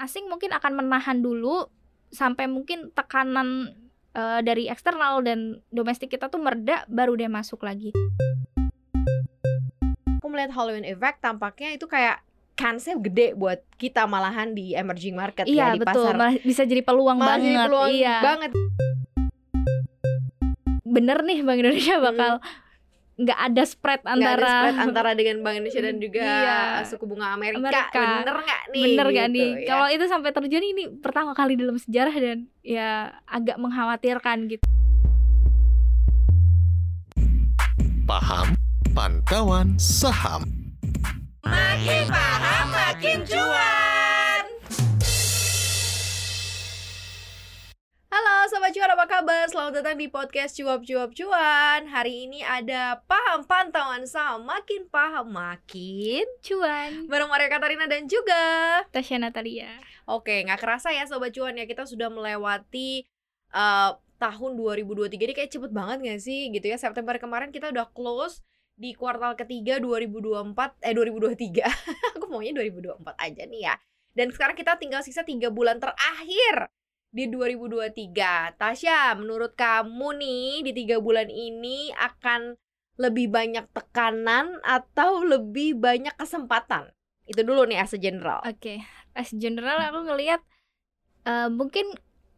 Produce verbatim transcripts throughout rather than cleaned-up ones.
asing mungkin akan menahan dulu sampai mungkin tekanan uh, dari eksternal dan domestik kita tuh mereda, baru dia masuk lagi. Aku melihat Halloween effect tampaknya itu kayak kansnya gede buat kita malahan di emerging market iya, ya, di betul. pasar. Malah bisa jadi peluang malah banget. Jadi peluang iya. banget. Bener nih Bank Indonesia bakal nggak ada spread antara nggak ada spread antara dengan Bank Indonesia dan juga iya. suku bunga Amerika, Amerika. bener nggak nih? Bener nggak gitu, nih? Ya? Kalau itu sampai terjadi ini pertama kali dalam sejarah dan ya agak mengkhawatirkan gitu. Paham Pantauan Saham. Makin paham makin cuan. Halo Sobat Cuan, apa kabar? Selamat datang di podcast Cuap Cuap Cuan. Hari ini ada Paham Pantauan Saham, makin paham makin cuan. Bareng Maria Katarina dan juga Tasya Natalia. Oke, gak kerasa ya Sobat Cuan ya, kita sudah melewati uh, tahun dua ribu dua puluh tiga. Ini kayak cepet banget gak sih gitu ya. September kemarin kita udah close di kuartal ketiga dua ribu dua puluh empat, eh dua ribu dua puluh tiga. Aku maunya dua ribu dua puluh empat aja nih ya. Dan sekarang kita tinggal sisa tiga bulan terakhir di dua ribu dua puluh tiga. Tasya, menurut kamu nih di tiga bulan ini akan lebih banyak tekanan atau lebih banyak kesempatan? Itu dulu nih as a general. Oke, okay. As general aku ngelihat uh, mungkin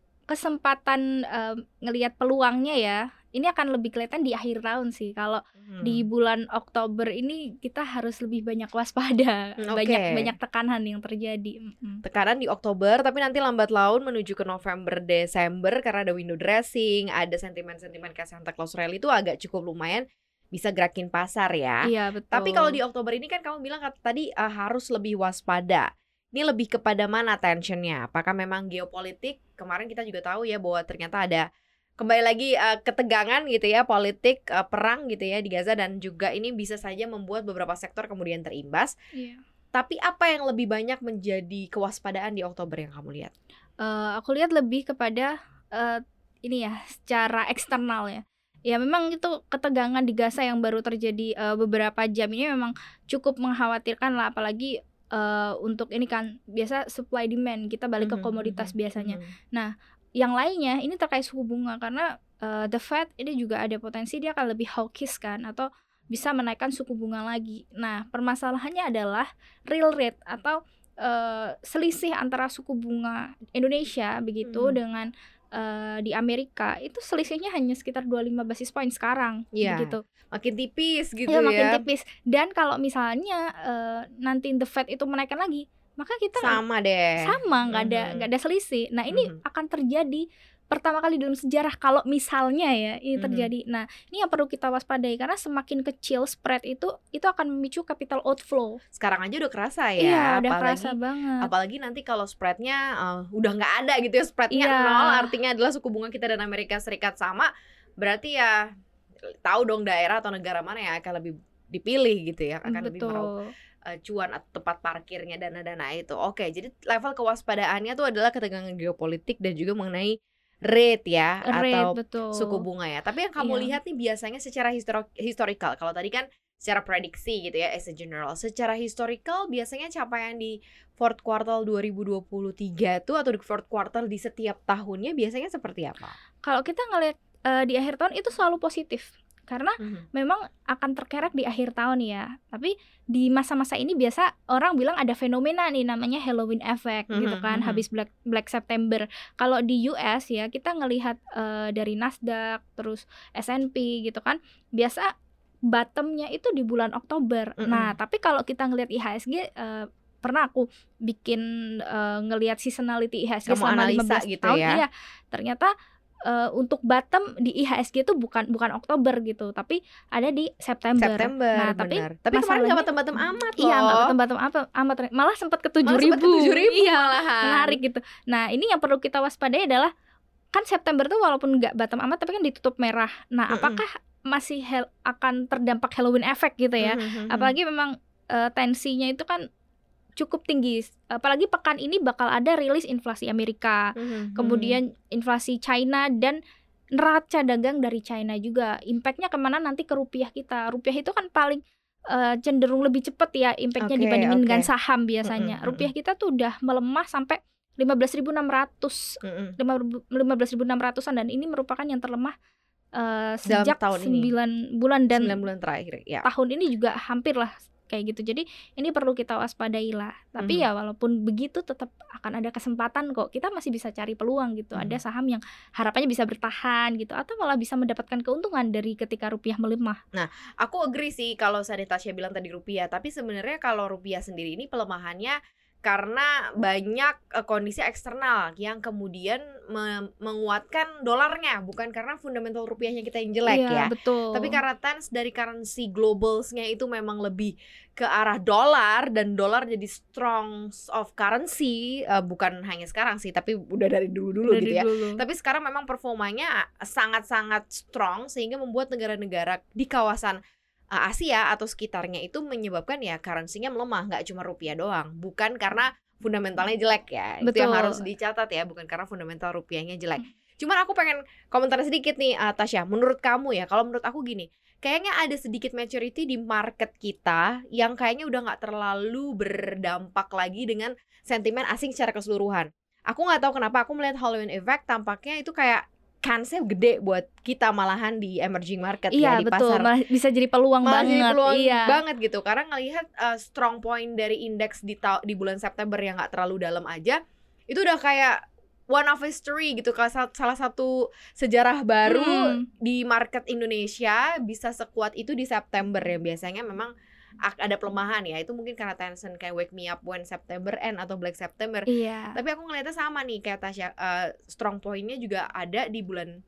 kesempatan uh, ngelihat peluangnya ya. Ini akan lebih kelihatan di akhir tahun sih. Kalau hmm. di bulan Oktober ini kita harus lebih banyak waspada, hmm, banyak okay. banyak tekanan yang terjadi. Hmm. Tekanan di Oktober, tapi nanti lambat laun menuju ke November, Desember karena ada window dressing, ada sentimen-sentimen kayak Santa Claus Rally itu agak cukup lumayan bisa gerakin pasar ya. Iya, betul. Tapi kalau di Oktober ini kan kamu bilang tadi uh, harus lebih waspada. Ini lebih kepada mana tensionnya? Apakah memang geopolitik? Kemarin kita juga tahu ya bahwa ternyata ada kembali lagi uh, ketegangan gitu ya, politik uh, perang gitu ya di Gaza, dan juga ini bisa saja membuat beberapa sektor kemudian terimbas. Iya. Tapi apa yang lebih banyak menjadi kewaspadaan di Oktober yang kamu lihat? Uh, aku lihat lebih kepada uh, ini ya, secara eksternal ya. Ya memang itu ketegangan di Gaza yang baru terjadi uh, beberapa jam ini memang cukup mengkhawatirkan lah, apalagi uh, untuk ini kan biasa supply demand, kita balik ke komoditas biasanya. Nah, yang lainnya ini terkait suku bunga karena uh, the Fed ini juga ada potensi dia akan lebih hawkish kan, atau bisa menaikkan suku bunga lagi. Nah, permasalahannya adalah real rate atau uh, selisih antara suku bunga Indonesia begitu hmm. dengan uh, di Amerika itu selisihnya hanya sekitar dua puluh lima basis point sekarang ya, begitu. Makin tipis gitu ya. ya. Makin tipis. Dan kalau misalnya uh, nanti the Fed itu menaikkan lagi, maka kita sama deh, sama nggak ada nggak mm-hmm. ada selisih. Nah ini mm-hmm. akan terjadi pertama kali dalam sejarah kalau misalnya ya ini terjadi. Mm-hmm. Nah ini yang perlu kita waspadai karena semakin kecil spread itu itu akan memicu capital outflow. Sekarang aja udah kerasa ya. Iya udah apalagi, kerasa banget. Apalagi nanti kalau spreadnya uh, udah nggak ada gitu ya, spreadnya iya. nol, artinya adalah suku bunga kita dan Amerika Serikat sama. Berarti ya tahu dong daerah atau negara mana yang akan lebih dipilih gitu ya, akan Betul. lebih meraup cuan atau tempat parkirnya, dana-dana itu. Oke, jadi level kewaspadaannya tuh adalah ketegangan geopolitik dan juga mengenai rate ya, rate, atau betul. suku bunga ya. Tapi yang kamu iya. lihat nih biasanya secara histori- historical. Kalau tadi kan secara prediksi gitu ya, as a general. Secara historical biasanya capaian di fourth quarter dua ribu dua puluh tiga tuh atau di fourth quarter di setiap tahunnya biasanya seperti apa? Kalau kita ngelihat uh, di akhir tahun itu selalu positif. Karena mm-hmm. memang akan terkerek di akhir tahun ya. Tapi di masa-masa ini biasa orang bilang ada fenomena nih namanya Halloween effect mm-hmm. gitu kan, mm-hmm. habis Black Black September. Kalau di U S ya kita ngelihat uh, dari Nasdaq terus S and P gitu kan, biasa bottomnya itu di bulan Oktober. Mm-hmm. Nah tapi kalau kita ngelihat I H S G uh, pernah aku bikin uh, ngelihat seasonality I H S G kamu selama lima belas gitu tahun ya? Iya, ternyata Uh, untuk bottom di I H S G itu bukan bukan Oktober gitu, tapi ada di September. September, nah, tapi tapi kemarin nggak bottom-bottom amat loh. Iya, nggak bottom-bottom amat, malah sempat ke tujuh ribu. Iya, menarik gitu. Nah, ini yang perlu kita waspadai adalah kan September tuh walaupun nggak bottom amat, tapi kan ditutup merah. Nah, mm-hmm. apakah masih hel- akan terdampak Halloween effect gitu ya? Mm-hmm. Apalagi memang uh, tensinya itu kan cukup tinggi, apalagi pekan ini bakal ada rilis inflasi Amerika, mm-hmm. kemudian inflasi China dan neraca dagang dari China juga. Impactnya kemana nanti ke rupiah kita? Rupiah itu kan paling uh, cenderung lebih cepat ya impactnya okay, dibandingin okay. dengan saham biasanya. Mm-hmm. Rupiah kita tuh udah melemah sampai lima belas ribu enam ratus Mm-mm. lima belas ribu enam ratusan, dan ini merupakan yang terlemah uh, Dalam sejak tahun ini. sembilan bulan dan sembilan bulan terakhir ya. tahun ini juga hampir lah kayak gitu. Jadi ini perlu kita waspadai lah. Tapi Mhm. ya walaupun begitu tetap akan ada kesempatan kok. Kita masih bisa cari peluang gitu. Mhm. Ada saham yang harapannya bisa bertahan gitu, atau malah bisa mendapatkan keuntungan dari ketika rupiah melemah. Aku agree sih kalau tadi Tasya bilang tadi rupiah, tapi sebenarnya kalau rupiah sendiri ini pelemahannya karena banyak eh, kondisi eksternal yang kemudian me- menguatkan dolarnya, bukan karena fundamental rupiahnya kita yang jelek Iya, ya. betul. Tapi karena tense dari currency globalsnya itu memang lebih ke arah dolar, dan dolar jadi strong of currency, eh, bukan hanya sekarang sih, tapi udah dari dulu-dulu Dari gitu ya. dulu. Tapi sekarang memang performanya sangat-sangat strong sehingga membuat negara-negara di kawasan uh, Asia atau sekitarnya itu menyebabkan ya currency-nya melemah, nggak cuma rupiah doang, bukan karena fundamentalnya jelek ya. Itu yang Betul. harus dicatat ya, bukan karena fundamental rupiahnya jelek. Cuman aku pengen komentar sedikit nih, uh, Tasya, menurut kamu ya, kalau menurut aku gini, kayaknya ada sedikit maturity di market kita yang kayaknya udah nggak terlalu berdampak lagi dengan sentimen asing secara keseluruhan. Aku nggak tahu kenapa aku melihat Halloween effect tampaknya itu kayak kansnya gede buat kita malahan di emerging market Iya, ya, di betul. pasar. Malah bisa jadi peluang Malah banget. jadi peluang Iya. banget gitu, karena ngelihat uh, strong point dari indeks di ta- di bulan September yang nggak terlalu dalam aja, itu udah kayak one of history gitu, kalau sa- salah satu sejarah baru Hmm. di market Indonesia bisa sekuat itu di September ya. Biasanya memang ak- ada pelemahan ya, itu mungkin karena tension kayak Wake Me Up When September End atau Black September. Iya. Tapi aku ngeliatnya sama nih kayak Tasya, uh, strong point-nya juga ada di bulan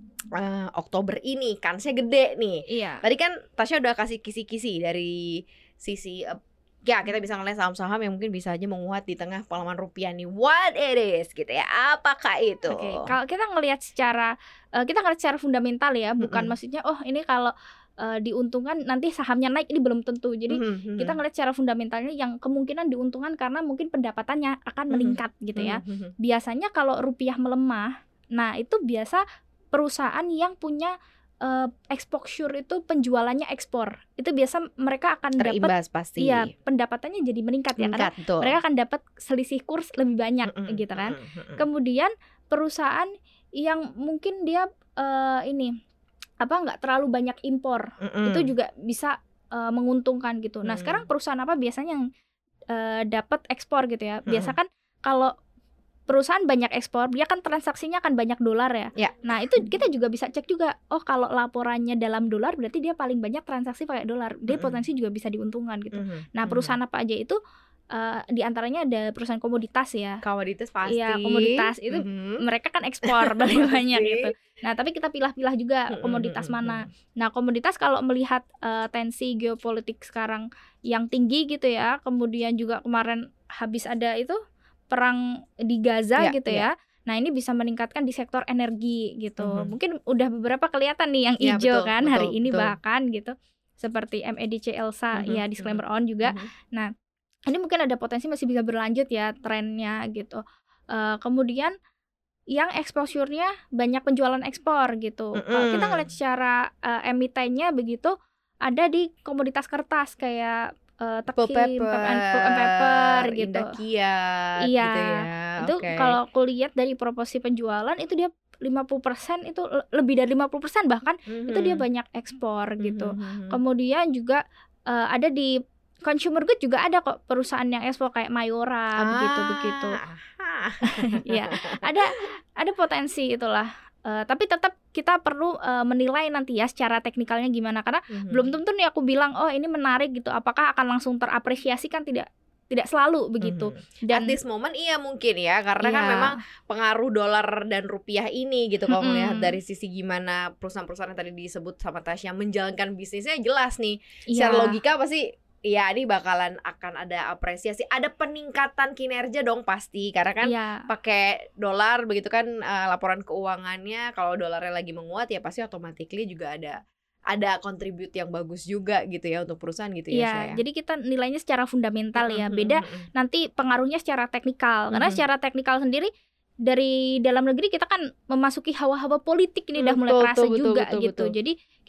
uh, Oktober ini, kansnya gede nih. Iya. Tadi kan Tasya udah kasih kisi-kisi dari sisi uh, ya kita bisa ngeliat saham-saham yang mungkin bisa aja menguat di tengah pelemahan rupiah nih. What it is gitu ya, apakah itu? Oke, kalau kita ngelihat secara uh, kita ngelihat secara fundamental ya, bukan Mm-mm. maksudnya oh ini kalau uh, diuntungkan nanti sahamnya naik, ini belum tentu. Jadi Mhm, kita mhm. ngelihat secara fundamentalnya yang kemungkinan diuntungkan karena mungkin pendapatannya akan Mhm. meningkat gitu ya. Mhm, mhm. Biasanya kalau rupiah melemah, nah itu biasa perusahaan yang punya uh, exposure itu penjualannya ekspor. Itu biasa mereka akan dapat, Terimbas pasti. iya, pendapatannya jadi meningkat ya, karena Meningkat, betul. mereka akan dapat selisih kurs lebih banyak Mm-mm, gitu kan. mm-mm, mm-mm. Kemudian perusahaan yang mungkin dia uh, ini apa nggak terlalu banyak impor, Mm-mm. itu juga bisa uh, menguntungkan gitu. Nah Hmm. sekarang perusahaan apa biasanya yang uh, dapat ekspor gitu ya? Biasa Mm-mm. kan kalau perusahaan banyak ekspor, dia kan transaksinya akan banyak dolar ya. Ya. Nah itu kita juga bisa cek juga. Oh kalau laporannya dalam dolar berarti dia paling banyak transaksi pakai dolar. Dia Mm-mm. potensi juga bisa diuntungkan gitu. Mhm, Nah mhm. perusahaan apa aja itu? Uh, di antaranya ada perusahaan komoditas ya. komoditas pasti. Iya, komoditas itu Mhm. mereka kan ekspor paling banyak Pasti. gitu. Nah, tapi kita pilah-pilah juga Mm-mm, komoditas mm-mm, mana. mm-mm. Nah, komoditas kalau melihat uh, tensi geopolitik sekarang yang tinggi gitu ya, kemudian juga kemarin habis ada itu perang di Gaza Iya, gitu iya. ya. Nah, ini bisa meningkatkan di sektor energi gitu. Mhm. Mungkin udah beberapa kelihatan nih yang Iya, hijau betul, kan betul, hari ini betul. bahkan gitu. Seperti M E D C Elsa, Mhm, ya disclaimer on juga. Mhm. Nah, ini mungkin ada potensi masih bisa berlanjut ya trennya gitu. Uh, kemudian yang exposure-nya banyak penjualan ekspor gitu. Kalau kita Mm-mm. ngeliat secara uh, emitennya begitu, ada di komoditas kertas kayak uh, Pulp Tekim, paper, Pulp and, Pulp and Paper gitu. Indakiat Iya, gitu ya. Itu Oke. kalau aku lihat dari proporsi penjualan itu dia lima puluh persen itu le- lebih dari lima puluh persen bahkan itu dia Mhm. banyak ekspor gitu. Mhm, mhm. Kemudian juga uh, ada di consumer good juga ada kok perusahaan yang ekspor kayak Mayora begitu-begitu. Ah, Ya, ada ada potensi itulah. Uh, tapi tetap kita perlu uh, menilai nanti ya secara teknikalnya gimana, karena mhm. belum tentu nih aku bilang oh ini menarik gitu. Apakah akan langsung terapresiasi, kan tidak tidak selalu begitu. Mhm. Dan At this moment iya mungkin ya, karena kan iya. memang pengaruh dolar dan rupiah ini gitu. Kalau Mm-mm. melihat dari sisi gimana perusahaan-perusahaan yang tadi disebut sama Tasya menjalankan bisnisnya, jelas nih Iya. secara logika pasti ya ini bakalan akan ada apresiasi, ada peningkatan kinerja dong pasti, karena kan Iya. pakai dolar begitu kan, eh, laporan keuangannya kalau dolarnya lagi menguat ya pasti automatically juga ada ada contribute yang bagus juga gitu ya untuk perusahaan gitu ya. Iya, saya. jadi kita nilainya secara fundamental ya. Mhm, Beda mhm, nanti pengaruhnya secara teknikal. Karena Mhm. secara teknikal sendiri dari dalam negeri kita kan memasuki hawa-hawa politik ini udah mulai Betul, kerasa betul, betul, juga betul, gitu. betul. Jadi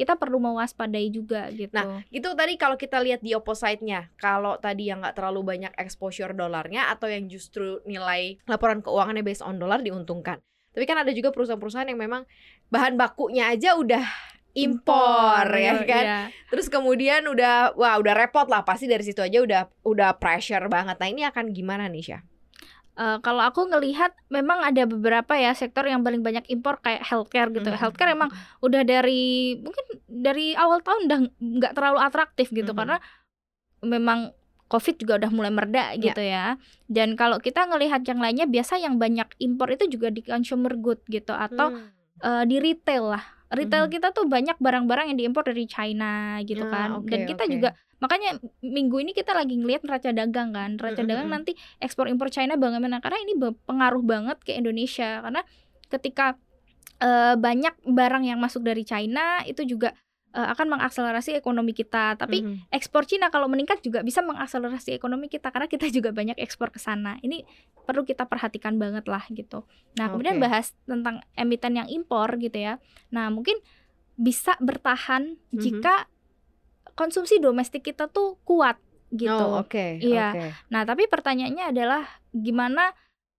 kita perlu mewaspadai juga gitu. Nah, itu tadi kalau kita lihat di opposite-nya, kalau tadi yang nggak terlalu banyak exposure dolarnya atau yang justru nilai laporan keuangannya based on dolar diuntungkan. Tapi kan ada juga perusahaan-perusahaan yang memang bahan bakunya aja udah impor, ya kan. Iya. Terus kemudian udah wah udah repot lah, pasti dari situ aja udah udah pressure banget. Nah, ini akan gimana nih, Syah? Uh, kalau aku ngelihat memang ada beberapa ya sektor yang paling banyak impor kayak healthcare gitu. Mhm. Healthcare emang udah dari mungkin dari awal tahun udah nggak terlalu atraktif gitu Mhm. karena memang COVID juga udah mulai mereda gitu ya. Dan kalau kita ngelihat yang lainnya biasa yang banyak impor itu juga di consumer good gitu atau Hmm. uh, di retail lah. Retail Mhm. kita tuh banyak barang-barang yang diimpor dari China gitu Ah, kan. oke, Dan kita oke. juga makanya minggu ini kita lagi ngelihat neraca dagang kan. Neraca Mm, mm, dagang mm. nanti ekspor impor China bagaimana? Karena ini berpengaruh banget ke Indonesia. Karena ketika uh, banyak barang yang masuk dari China itu juga uh, akan mengakselerasi ekonomi kita. Tapi Mhm. ekspor Cina kalau meningkat juga bisa mengakselerasi ekonomi kita karena kita juga banyak ekspor ke sana. Ini perlu kita perhatikan banget lah gitu. Nah, kemudian Oke. bahas tentang emiten yang impor gitu ya. Nah, mungkin bisa bertahan Mhm. jika konsumsi domestik kita tuh kuat gitu. Oh, oke, Iya. oke. Nah, tapi pertanyaannya adalah gimana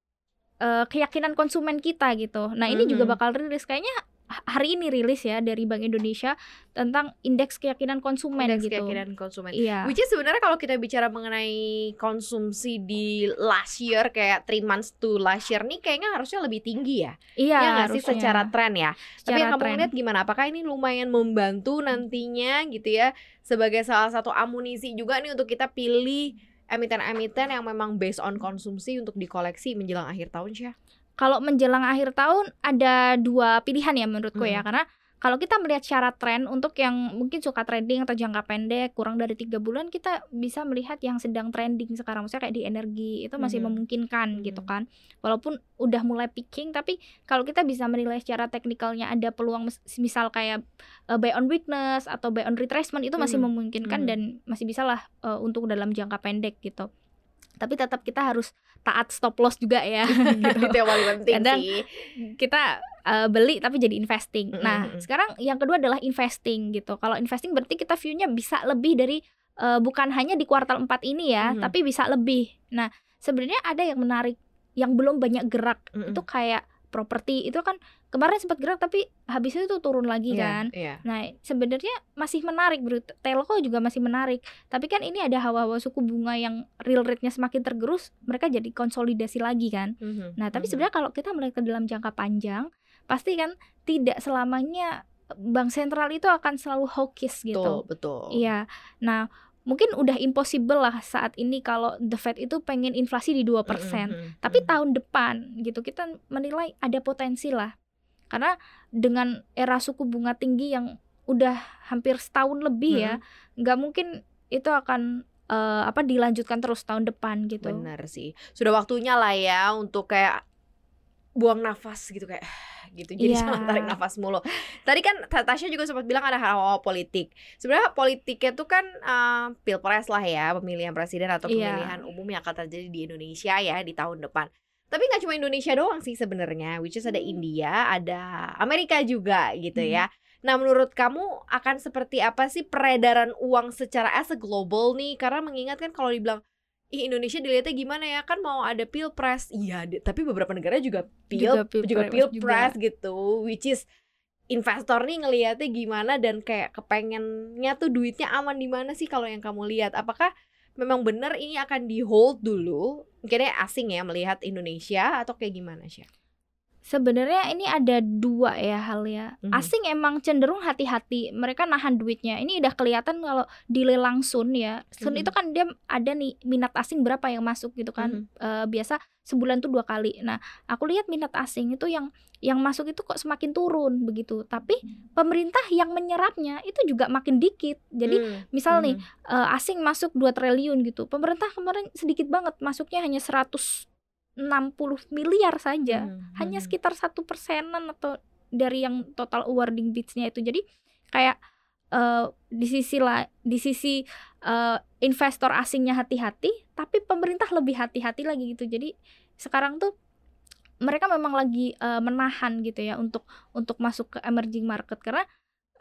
uh, keyakinan konsumen kita gitu. Nah, ini juga Mhm. bakal rilis kayaknya h- hari ini rilis ya dari Bank Indonesia tentang indeks keyakinan konsumen Indeks gitu. keyakinan konsumen. Iya. Which is sebenarnya kalau kita bicara mengenai konsumsi di last year kayak three months to last year nih kayaknya harusnya lebih tinggi ya. Iya, Ya nggak sih harusnya. secara tren ya. Tapi Secara yang kamu tren. lihat gimana? Apakah ini lumayan membantu nantinya gitu ya sebagai salah satu amunisi juga nih untuk kita pilih emiten-emiten yang memang based on konsumsi untuk dikoleksi menjelang akhir tahun, Syah? Kalau menjelang akhir tahun ada dua pilihan ya menurutku ya. Mm-mm. Karena kalau kita melihat secara tren untuk yang mungkin suka trading atau jangka pendek kurang dari tiga bulan, kita bisa melihat yang sedang trending sekarang. Maksudnya kayak di energi itu masih Mhm. memungkinkan gitu Mhm. kan. Walaupun udah mulai peaking, tapi kalau kita bisa menilai secara teknikalnya ada peluang mis- misal kayak uh, buy on weakness atau buy on retracement itu masih Mhm. memungkinkan Mhm. dan masih bisa lah uh, untuk dalam jangka pendek gitu. Tapi tetap kita harus taat stop loss juga ya gitu. Itu yang paling penting Kadang sih. kita uh, beli tapi jadi investing. Mm-mm, Nah, mm-mm. sekarang yang kedua adalah investing gitu. Kalau investing berarti kita view-nya bisa lebih dari uh, bukan hanya di kuartal empat ini ya, Mhm. tapi bisa lebih. Nah, sebenarnya ada yang menarik yang belum banyak gerak. Mm-mm. Itu kayak properti itu kan kemarin sempat gerak tapi habis itu tuh turun lagi Iya, kan. iya. Nah, sebenarnya masih menarik, bro. Telco juga masih menarik. Tapi kan ini ada hawa-hawa suku bunga yang real rate-nya semakin tergerus, mereka jadi konsolidasi lagi kan. Mhm, Nah, tapi mhm. sebenarnya kalau kita melihat ke dalam jangka panjang, pasti kan tidak selamanya bank sentral itu akan selalu hawkish betul, gitu. betul. Iya. Nah, mungkin udah impossible lah saat ini kalau The Fed itu pengen inflasi di dua persen. Mm-mm, mm-mm, Tapi mm-mm. tahun depan gitu kita menilai ada potensi lah. Karena dengan era suku bunga tinggi yang udah hampir setahun lebih ya, nggak mungkin itu akan eh, apa dilanjutkan terus tahun depan gitu. Benar sih. Sudah waktunya lah ya untuk kayak buang nafas gitu kayak gitu. Jadi Iya. jangan tarik nafas mulu. Tadi kan Tasya juga sempat bilang ada hal-hal politik. Sebenarnya politiknya tuh kan uh, pilpres lah ya, pemilihan presiden atau Iya. pemilihan umum yang akan terjadi di Indonesia ya di tahun depan. Tapi nggak cuma Indonesia doang sih sebenarnya, which is ada India, ada Amerika juga gitu Hmm. ya. Nah, menurut kamu akan seperti apa sih peredaran uang secara as a global nih? Karena mengingat kan kalau dibilang ih Indonesia dilihatnya gimana ya, kan mau ada pilpres. Iya, di- tapi beberapa negara juga pil Juga juga pilpres pilpres gitu, which is investor nih ngelihatnya gimana dan kayak kepengennya tuh duitnya aman di mana sih kalau yang kamu lihat? Apakah memang benar ini akan di hold dulu? Mungkinnya asing ya melihat Indonesia atau kayak gimana sih? Sebenarnya ini ada dua ya hal ya. Mhm. Asing emang cenderung hati-hati, mereka nahan duitnya. Ini udah kelihatan kalau dilelang Sun ya. Sun Mhm. itu kan dia ada nih minat asing berapa yang masuk gitu kan. Mhm. Eh, biasa sebulan tuh dua kali. Nah, aku lihat minat asing itu yang yang masuk itu kok semakin turun begitu. Tapi pemerintah yang menyerapnya itu juga makin dikit. Jadi Hmm. misal nih Mhm. eh, asing masuk dua triliun gitu. Pemerintah kemarin sedikit banget, masuknya hanya seratus enam puluh miliar saja. Mhm. Hanya Mhm. sekitar satu persenan atau dari yang total awarding bids-nya itu. Jadi kayak uh, di sisi la, di sisi uh, investor asingnya hati-hati, tapi pemerintah lebih hati-hati lagi gitu. Jadi sekarang tuh mereka memang lagi uh, menahan gitu ya untuk untuk masuk ke emerging market karena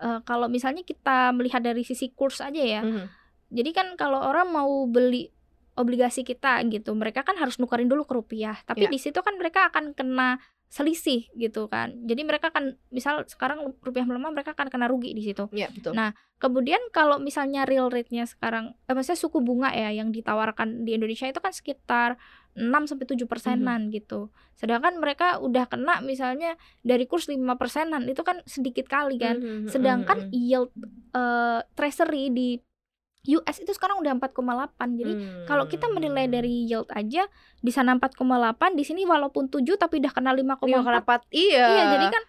uh, kalau misalnya kita melihat dari sisi kurs aja ya. Mhm. Jadi kan kalau orang mau beli obligasi kita gitu, mereka kan harus nukerin dulu ke rupiah. Tapi Ya. di situ kan mereka akan kena selisih gitu kan. Jadi mereka akan misal sekarang rupiah melemah, mereka akan kena rugi di situ. Iya, betul. Nah, kemudian kalau misalnya real rate-nya sekarang, eh, maksudnya suku bunga ya yang ditawarkan di Indonesia itu kan sekitar enam sampai tujuh persenan gitu. Sedangkan mereka udah kena misalnya dari kurs lima persenan, itu kan sedikit kali kan. Mhm, Sedangkan mhm, mhm. yield eh, treasury di U S itu sekarang udah empat koma delapan. Jadi Hmm. kalau kita menilai dari yield aja di sana empat koma delapan, di sini walaupun tujuh tapi udah kena lima koma empat. Iya. Iya, jadi kan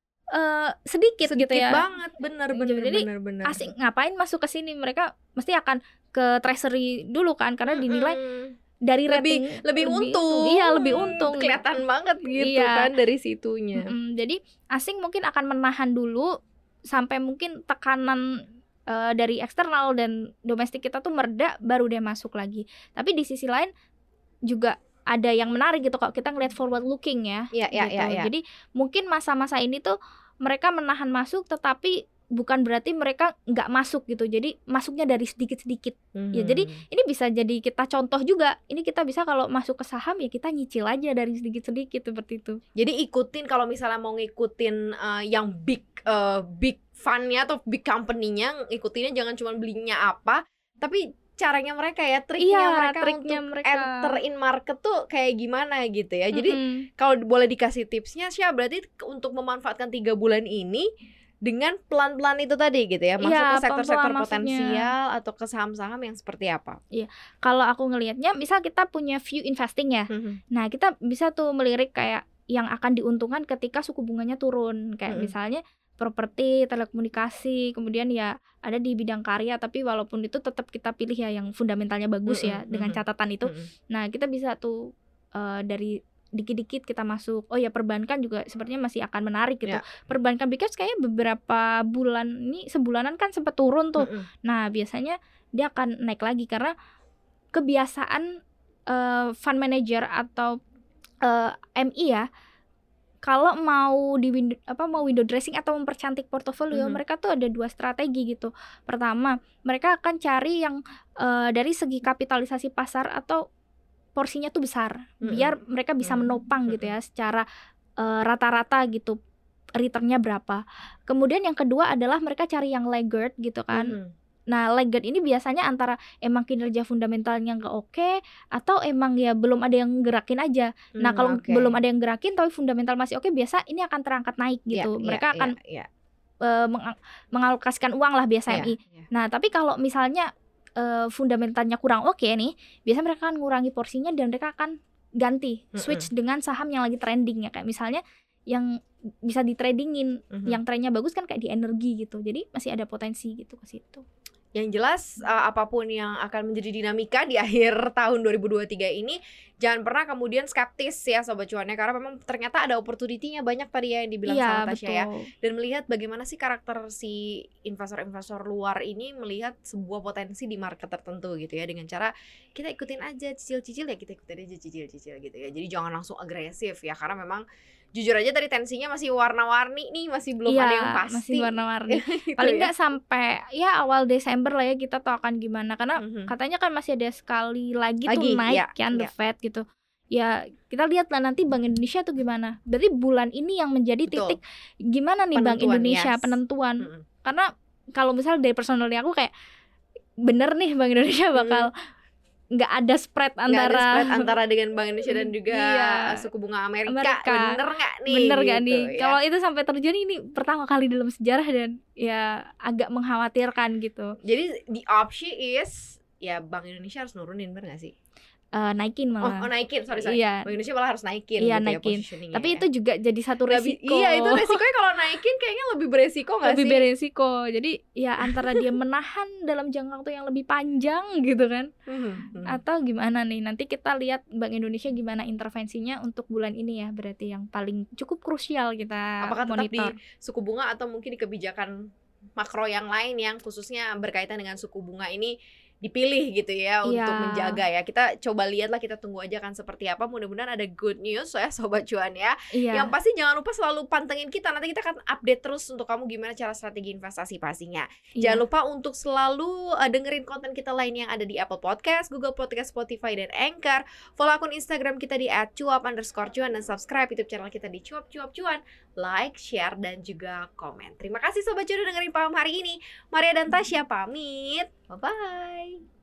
eh, sedikit, sedikit gitu ya. banget, bener bener Jadi bener bener. asing ngapain masuk ke sini? Mereka mesti akan ke treasury dulu kan, karena dinilai Mm-mm. dari lebih rating lebih untung. Iya, lebih untung. Kelihatan banget gitu Iya. kan dari situnya. Mm-mm. Jadi asing mungkin akan menahan dulu sampai mungkin tekanan uh, dari eksternal dan domestik kita tuh mereda, baru dia masuk lagi. Tapi di sisi lain juga ada yang menarik gitu kalau kita ngeliat forward looking ya. Iya, iya, gitu. iya, iya. Jadi mungkin masa-masa ini tuh mereka menahan masuk, tetapi bukan berarti mereka nggak masuk gitu. Jadi masuknya dari sedikit-sedikit. Ya, jadi ini bisa jadi kita contoh juga. Ini kita bisa kalau masuk ke saham ya kita nyicil aja dari sedikit-sedikit seperti itu. Jadi ikutin kalau misalnya mau ngikutin uh, yang big uh, big fund-nya atau big company-nya, ikutinnya jangan cuma belinya apa, tapi caranya mereka ya, triknya Iya, mereka triknya untuk mereka. enter in market tuh kayak gimana gitu ya. Jadi Mm-mm. kalau boleh dikasih tipsnya Syah, berarti ke- untuk memanfaatkan tiga bulan ini dengan pelan-pelan itu tadi gitu ya, masuk Iya, ke sektor-sektor pelan-pelan masuknya. potensial atau ke saham-saham yang seperti apa? Kalau aku ngelihatnya, misal kita punya view investing ya. Nah, kita bisa tuh melirik kayak yang akan diuntungkan ketika suku bunganya turun. Kayak Mm-mm. misalnya properti, telekomunikasi, kemudian ya ada di bidang karya, tapi walaupun itu tetap kita pilih ya yang fundamentalnya bagus ya, Mm-mm, dengan mm-mm. catatan itu. Mm-mm. Nah, kita bisa tuh eh, dari dikit-dikit kita masuk. Oh ya, perbankan juga sepertinya masih akan menarik gitu. Ya. Perbankan because kayaknya beberapa bulan ini, sebulanan kan sempat turun tuh. Mm-mm. Nah, biasanya dia akan naik lagi karena kebiasaan eh, fund manager atau eh, M I ya, kalau mau di window, apa mau window dressing atau mempercantik portofolio, Mhm. mereka tuh ada dua strategi gitu. Pertama, mereka akan cari yang eh, dari segi kapitalisasi pasar atau porsinya tuh besar, Mhm. biar mereka bisa Mhm. menopang gitu ya secara eh, rata-rata gitu, returnnya berapa. Kemudian yang kedua adalah mereka cari yang laggard gitu kan. Mhm. Nah, laggard ini biasanya antara emang kinerja fundamentalnya nggak oke, atau emang ya belum ada yang gerakin aja. Nah, Hmm, kalau oke. belum ada yang gerakin tapi fundamental masih oke, biasa ini akan terangkat naik Iya, gitu. iya, Mereka iya, akan iya. eh, mengal- mengalokasikan uang lah biasa Iya, M I. iya. Nah, tapi kalau misalnya eh, fundamentalnya kurang oke nih, biasa mereka akan ngurangi porsinya dan mereka akan ganti, switch dengan saham yang lagi trending ya. Kayak misalnya yang bisa ditradingin, Mhm. yang trennya bagus kan kayak di energi gitu. Jadi masih ada potensi gitu ke situ. Yang jelas uh, apapun yang akan menjadi dinamika di akhir tahun dua ribu dua puluh tiga ini, jangan pernah kemudian skeptis ya Sobat Cuannya, karena memang ternyata ada opportunity-nya banyak tadi ya yang dibilang Iya, sama Tasya ya. betul. Dan melihat bagaimana sih karakter si investor-investor luar ini melihat sebuah potensi di market tertentu gitu ya, dengan cara kita ikutin aja, cicil-cicil ya kita ikutin aja cicil-cicil gitu ya. Jadi jangan langsung agresif ya, karena memang jujur aja tadi tensinya masih warna-warni nih, masih belum Iya, ada yang pasti. masih warna-warni. Gitu Paling ya. nggak sampai ya awal Desember lah ya kita tahu akan gimana, karena Mhm. katanya kan masih ada sekali lagi, Lagi, tuh naik iya, kan the iya. Fed gitu. Ya kita lihat lah nanti Bank Indonesia tuh gimana. Berarti bulan ini yang menjadi Betul. titik gimana nih Bank Penentuan, Indonesia yes. penentuan. Mhm. Karena kalau misalnya dari personalnya aku kayak bener nih Bank Indonesia bakal nggak ada spread Nggak antara ada spread antara dengan Bank Indonesia dan juga Iya. suku bunga Amerika, Amerika. bener nggak nih? bener gak gitu, nih ya. kalau itu sampai terjadi, ini pertama kali dalam sejarah dan ya agak mengkhawatirkan gitu. Jadi the option is ya Bank Indonesia harus nurunin, bener nggak sih? Eh, naikin Oh, malah. oh naikin, sorry sorry. Iya. Bank Indonesia malah harus naikin, Iya, gitu naikin. ya positioningnya. Tapi ya. itu juga jadi satu Nggak bi- resiko. Iya, itu resikonya kalau naikin kayaknya lebih beresiko nggak lebih sih? beresiko. Jadi ya antara dia menahan dalam jangka waktu yang lebih panjang gitu kan, Mhm, mhm. atau gimana nih, nanti kita lihat Bank Indonesia gimana intervensinya untuk bulan ini ya, berarti yang paling cukup krusial kita Apakah tetap monitor. di suku bunga atau mungkin di kebijakan makro yang lain yang khususnya berkaitan dengan suku bunga ini dipilih gitu ya untuk Iya. menjaga ya. Kita coba lihatlah, kita tunggu aja kan seperti apa. Mudah-mudahan ada good news ya Sobat Cuan ya. Iya. Yang pasti jangan lupa selalu pantengin kita. Nanti kita akan update terus untuk kamu gimana cara strategi investasi pastinya. Iya. Jangan lupa untuk selalu uh, dengerin konten kita lain yang ada di Apple Podcast, Google Podcast, Spotify, dan Anchor. Follow akun Instagram kita di at cuap underscore cuan dan subscribe YouTube channel kita di cuap cuap cuan. Like, share, dan juga komen. Terima kasih Sobat Cuan udah dengerin Paham hari ini. Maria dan Tasya pamit. Bye-bye.